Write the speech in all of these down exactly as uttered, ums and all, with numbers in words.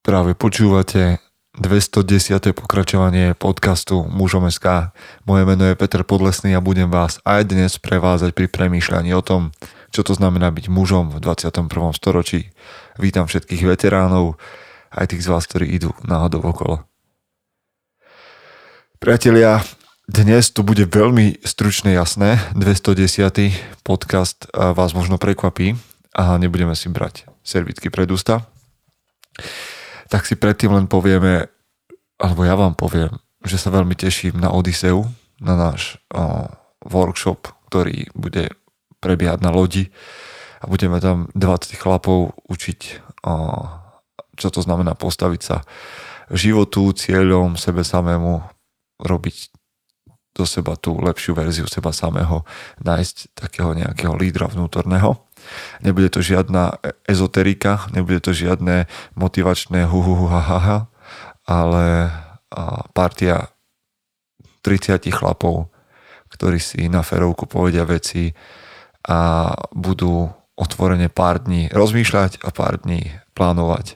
Práve počúvate dvestodesiate pokračovanie podcastu Mužom.sk. Moje meno je Peter Podlesný a budem vás aj dnes prevázať pri premýšľaní o tom, čo to znamená byť mužom v dvadsiatom prvom storočí. Vítam všetkých veteránov, aj tých z vás, ktorí idú náhodou okolo. Priatelia, dnes to bude veľmi stručne jasné. dvestodesiaty podcast vás možno prekvapí a nebudeme si brať servítky pred ústa. Tak si predtým len povieme, alebo ja vám poviem, že sa veľmi teším na Odyseu, na náš o, workshop, ktorý bude prebiehať na lodi a budeme tam dvadsať chlapov učiť, o, čo to znamená postaviť sa životu, cieľom, sebe samému, robiť do seba tú lepšiu verziu seba samého, nájsť takého nejakého lídra vnútorného. Nebude to žiadna ezoterika, nebude to žiadne motivačné hu hu hu ha ha ha, ale partia tridsať chlapov, ktorí si na ferovku povedia veci a budú otvorene pár dní rozmýšľať a pár dní plánovať.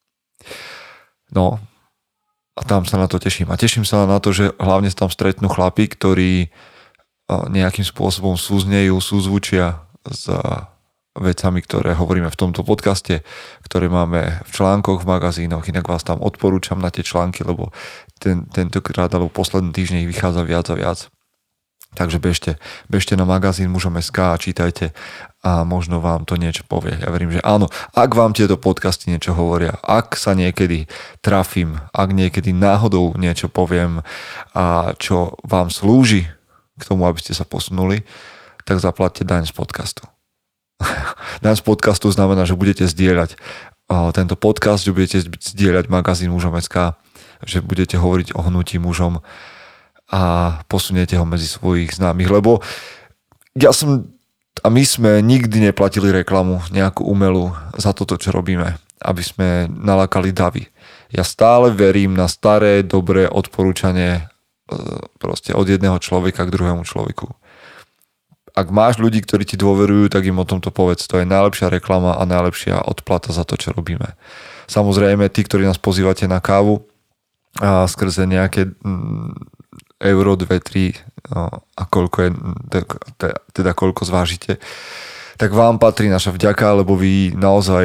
No a tam sa na to teším. A teším sa na to, že hlavne sa tam stretnú chlapi, ktorí nejakým spôsobom súznejú, súzvučia s vecami, ktoré hovoríme v tomto podcaste, ktoré máme v článkoch, v magazínoch. Inak vás tam odporúčam na tie články, lebo ten, tentokrát alebo posledný týždeň ich vychádza viac a viac. Takže bežte, bežte na magazín Mužom.sk a čítajte a možno vám to niečo povie. Ja verím, že áno. Ak vám tieto podcasty niečo hovoria, ak sa niekedy trafím, ak niekedy náhodou niečo poviem a čo vám slúži k tomu, aby ste sa posunuli, tak zaplatte daň z podcastu. Daň z podcastu znamená, že budete zdieľať tento podcast, že budete zdieľať magazín Mužom.sk, že budete hovoriť o hnutí mužom a posuniete ho medzi svojich známych, lebo ja som a my sme nikdy neplatili reklamu nejakú umelú za toto, čo robíme, aby sme nalákali davy. Ja stále verím na staré, dobré odporúčanie proste od jedného človeka k druhému človeku. Ak máš ľudí, ktorí ti dôverujú, tak im o tomto povedz. To je najlepšia reklama a najlepšia odplata za to, čo robíme. Samozrejme, tí, ktorí nás pozývate na kávu a skrze nejaké euro, dve, tri a koľko je, teda koľko zvážite, tak vám patrí naša vďaka, lebo vy naozaj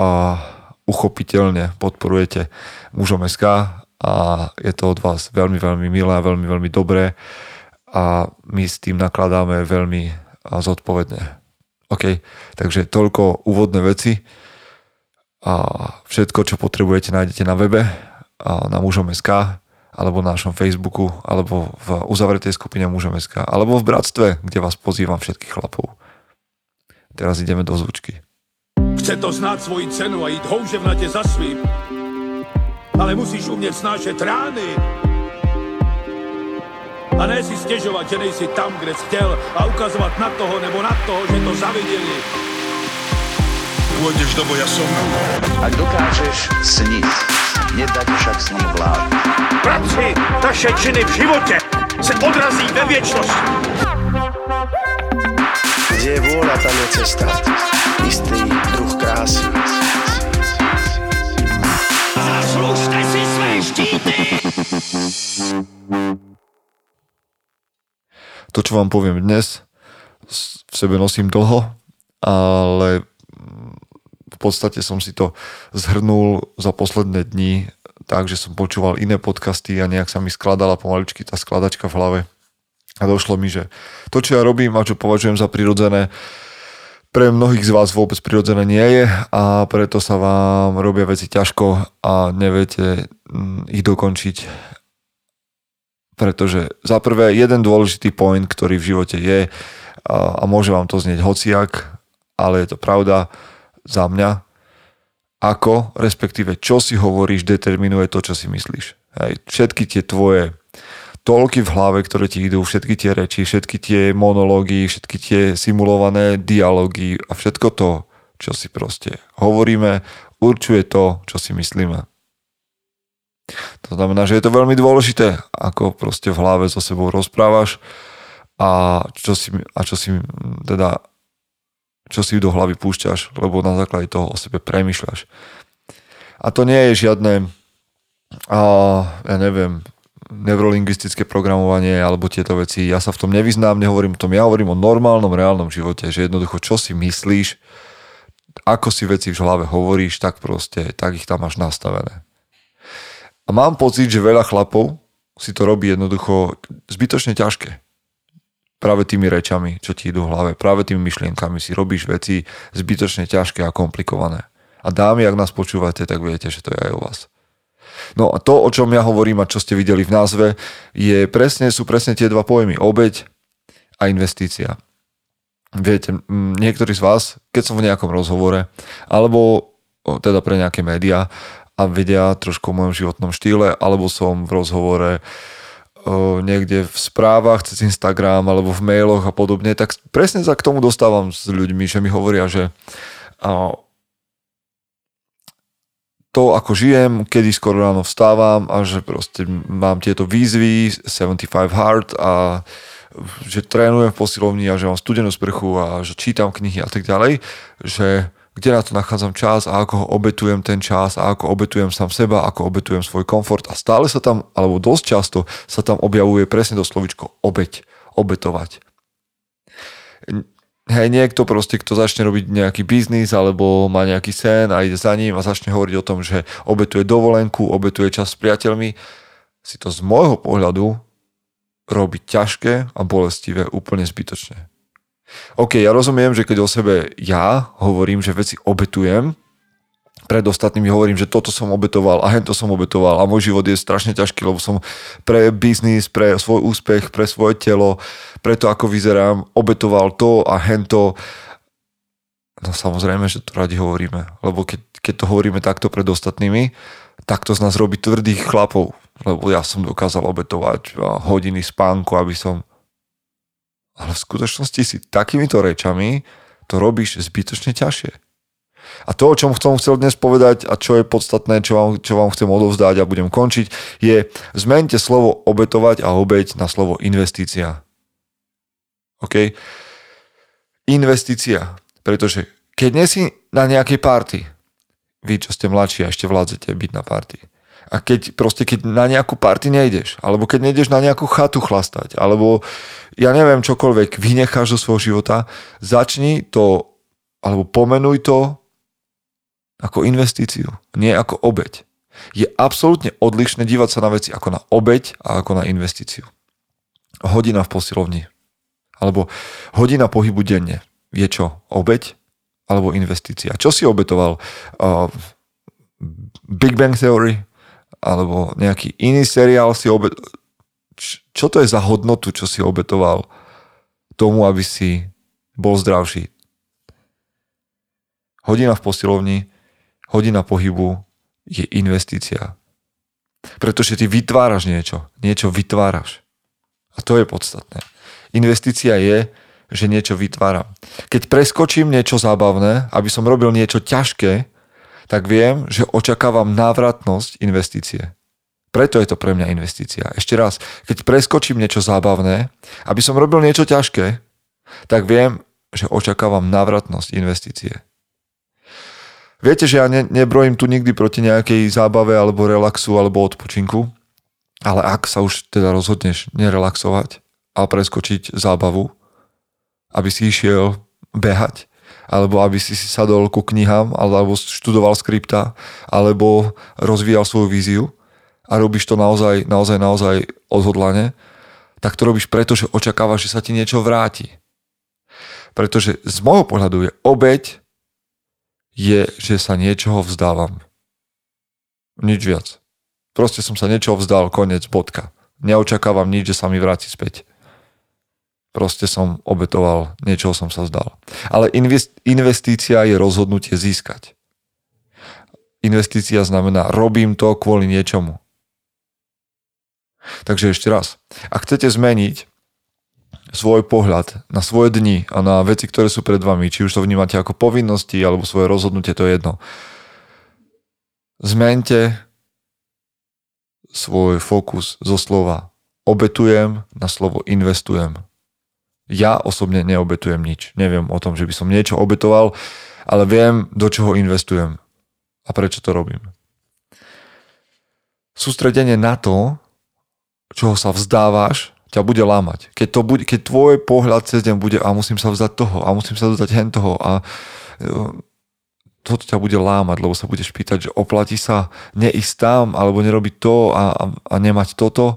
uchopiteľne podporujete Mužom.sk a je to od vás veľmi, veľmi milé a veľmi, veľmi dobré. A my s tým nakladáme veľmi zodpovedne. OK, takže toľko úvodné veci a všetko, čo potrebujete, nájdete na webe, na Mužom.sk, alebo na našom Facebooku, alebo v uzavretej skupine Mužom.sk, alebo v Bratstve, kde vás pozývam všetkých chlapov. Teraz ideme do zvučky. Chce to znáť svoji cenu a ísť houževnate za svým, ale musíš umieť snášať rány. A ne si stěžovat, že nejsi tam, kde jsi chtěl a ukazovat na toho nebo na toho, že to zaviděli. Pôjdeš do boja som. Ak dokážeš sniť, nedať však sním vlád. Práci, naše činy v životě se odrazí ve věčnosti. Kde je vôľa, tam je cesta. Istý druh krásy. Zaslužte si své štíty! To, čo vám poviem dnes, v sebe nosím dlho, ale v podstate som si to zhrnul za posledné dni, takže som počúval iné podcasty a nejak sa mi skladala pomaličky tá skladačka v hlave. A došlo mi, že to, čo ja robím a čo považujem za prirodzené, pre mnohých z vás vôbec prirodzené nie je a preto sa vám robia veci ťažko a neviete ich dokončiť. Pretože za prvé jeden dôležitý point, ktorý v živote je a, a môže vám to znieť hociak, ale je to pravda za mňa, ako, respektíve čo si hovoríš, determinuje to, čo si myslíš. Hej. Všetky tie tvoje toľky v hlave, ktoré ti idú, všetky tie reči, všetky tie monológy, všetky tie simulované dialógy a všetko to, čo si proste hovoríme, určuje to, čo si myslíme. To znamená, že je to veľmi dôležité, ako proste v hlave so sebou rozprávaš a čo si, a čo si teda čo si do hlavy púšťaš, lebo na základe toho o sebe premýšľaš. A to nie je žiadne, a, ja neviem, neurolingvistické programovanie alebo tieto veci. Ja sa v tom nevyznám, nehovorím o tom. Ja hovorím o normálnom, reálnom živote, že jednoducho, čo si myslíš, ako si veci v hlave hovoríš, tak proste, tak ich tam máš nastavené. A mám pocit, že veľa chlapov si to robí jednoducho zbytočne ťažké. Práve tými rečami, čo ti idú v hlave, práve tými myšlienkami si robíš veci zbytočne ťažké a komplikované. A dámy, ak nás počúvate, tak viete, že to je aj o vás. No a to, o čom ja hovorím a čo ste videli v názve, je presne, sú presne tie dva pojmy. Obeť a investícia. Viete, niektorí z vás, keď som v nejakom rozhovore, alebo teda pre nejaké médiá a vedia trošku o mojom životnom štýle, alebo som v rozhovore o, niekde v správach cez Instagram, alebo v mailoch a podobne, tak presne sa k tomu dostávam s ľuďmi, že mi hovoria, že a, to, ako žijem, kedy skoro ráno vstávam a že proste mám tieto výzvy sedemdesiatpäť hard a že trénujem v posilovni a že mám studenú sprchu a že čítam knihy a tak ďalej, že kde na to nachádzam čas a ako ho obetujem ten čas a ako obetujem sám seba, ako obetujem svoj komfort a stále sa tam, alebo dosť často sa tam objavuje presne to slovíčko obeť, obetovať. Hej, niekto proste, kto začne robiť nejaký biznis alebo má nejaký sen a ide za ním a začne hovoriť o tom, že obetuje dovolenku, obetuje čas s priateľmi, si to z môjho pohľadu robí ťažké a bolestivé úplne zbytočne. OK, ja rozumiem, že keď o sebe ja hovorím, že veci obetujem, pred ostatnými hovorím, že toto som obetoval a hento som obetoval a môj život je strašne ťažký, lebo som pre biznis, pre svoj úspech, pre svoje telo, pre to, ako vyzerám, obetoval to a hento. No samozrejme, že to radi hovoríme, lebo keď, keď to hovoríme takto pred ostatnými, tak to z nás robí tvrdých chlapov, lebo ja som dokázal obetovať hodiny spánku, aby som... Ale v skutočnosti si takýmito rečami to robíš zbytočne ťažšie. A to, o čom som chcel dnes povedať a čo je podstatné, čo vám, čo vám chcem odovzdať a budem končiť, je zmeňte slovo obetovať a obeť na slovo investícia. OK? Investícia. Pretože keď nie si na nejakej party, vy, čo ste mladší a ešte vládzete byť na party, a keď proste keď na nejakú party nejdeš, alebo keď nejdeš na nejakú chatu chlastať, alebo ja neviem čokoľvek vynecháš zo svojho života, začni to, alebo pomenuj to ako investíciu, nie ako obeť. Je absolútne odlišné dívať sa na veci ako na obeť a ako na investíciu. Hodina v posilovni alebo hodina pohybu denne je čo? Obeť alebo investícia? Čo si obetoval? Uh, Big Bang Theory alebo nejaký iný seriál si obetoval? Čo to je za hodnotu, čo si obetoval tomu, aby si bol zdravší? Hodina v posilovni, hodina pohybu je investícia. Pretože ty vytváraš niečo. Niečo vytváraš. A to je podstatné. Investícia je, že niečo vytváram. Keď preskočím niečo zábavné, aby som robil niečo ťažké, tak viem, že očakávam návratnosť investície. Preto je to pre mňa investícia. Ešte raz, keď preskočím niečo zábavné, aby som robil niečo ťažké, tak viem, že očakávam návratnosť investície. Viete, že ja ne, nebrojím tu nikdy proti nejakej zábave alebo relaxu alebo odpočinku, ale ak sa už teda rozhodneš nerelaxovať a preskočiť zábavu, aby si išiel behať, alebo aby si si sadol ku knihám, alebo študoval skripta, alebo rozvíjal svoju víziu a robíš to naozaj, naozaj, naozaj odhodlane, tak to robíš preto, že očakávaš, že sa ti niečo vráti. Pretože z môjho pohľadu je obeť je, že sa niečoho vzdávam. Nič viac. Proste som sa niečoho vzdal, koniec, bodka. Neočakávam nič, že sa mi vráti späť. Proste som obetoval, niečoho som sa vzdal. Ale investícia je rozhodnutie získať. Investícia znamená, robím to kvôli niečomu. Takže ešte raz. Ak chcete zmeniť svoj pohľad na svoje dni a na veci, ktoré sú pred vami, či už to vnímate ako povinnosti alebo svoje rozhodnutie, to je jedno. Zmeňte svoj fokus zo slova obetujem na slovo investujem. Ja osobne neobetujem nič. Neviem o tom, že by som niečo obetoval, ale viem, do čoho investujem a prečo to robím. sústredenie na to, čoho sa vzdávaš, ťa bude lámať. Keď, to bude, keď tvoj pohľad cez deň bude a musím sa vzdať toho a musím sa vzdať hen toho a toto ťa bude lámať, lebo sa budeš pýtať, že oplatí sa neísť tam alebo nerobiť to a, a, a nemať toto.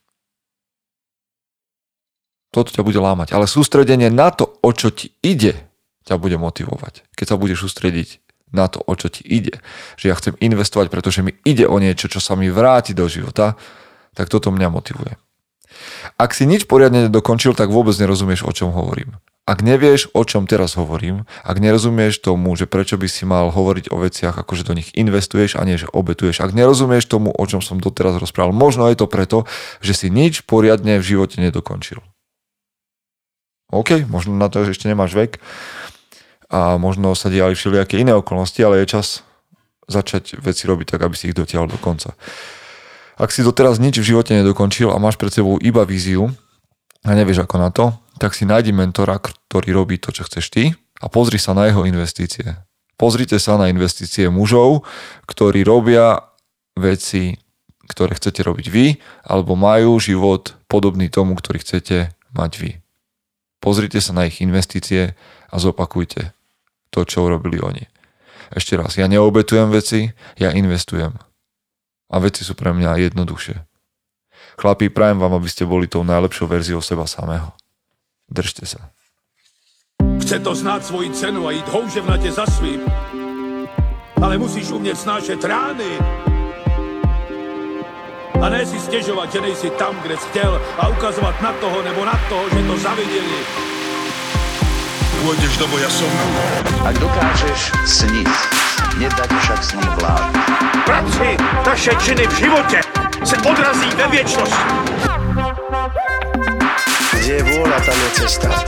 Toto ťa bude lámať. Ale sústredenie na to, o čo ti ide, ťa bude motivovať. Keď sa budeš sústrediť na to, o čo ti ide. Že ja chcem investovať, pretože mi ide o niečo, čo sa mi vráti do života, tak toto mňa motivuje. Ak si nič poriadne nedokončil, tak vôbec nerozumieš, o čom hovorím. Ak nevieš, o čom teraz hovorím, ak nerozumieš tomu, že prečo by si mal hovoriť o veciach, ako že do nich investuješ a nie, že obetuješ, ak nerozumieš tomu, o čom som doteraz rozprával, možno je to preto, že si nič poriadne v živote nedokončil. OK, možno na to ešte nemáš vek a možno sa diali všelijaké iné okolnosti, ale je čas začať veci robiť tak, aby si ich dotiahol do konca. Ak si doteraz nič v živote nedokončil a máš pred sebou iba víziu a nevieš ako na to, tak si nájdi mentora, ktorý robí to, čo chceš ty a pozri sa na jeho investície. Pozrite sa na investície mužov, ktorí robia veci, ktoré chcete robiť vy, alebo majú život podobný tomu, ktorý chcete mať vy. Pozrite sa na ich investície a zopakujte to, čo urobili oni. Ešte raz, ja neobetujem veci, ja investujem. A veci sú pre mňa jednoduchšie. Chlapi, prajem vám, aby ste boli tou najlepšou verziou seba samého. Držte sa. Chce to znát svoji cenu a jít houževnatě za svým. Ale musíš umět snášet rány. A ne si stěžovat, že nejsi tam, kde jsi chtěl a ukazovat na toho nebo na toho, že to zaviděli. Pôjdeš do boja som. Ak dokážeš sniť, nedať však sním vlád. Práci, taše činy v životě se odrazí ve věčnosti. Kde je vôľa, tam je cesta.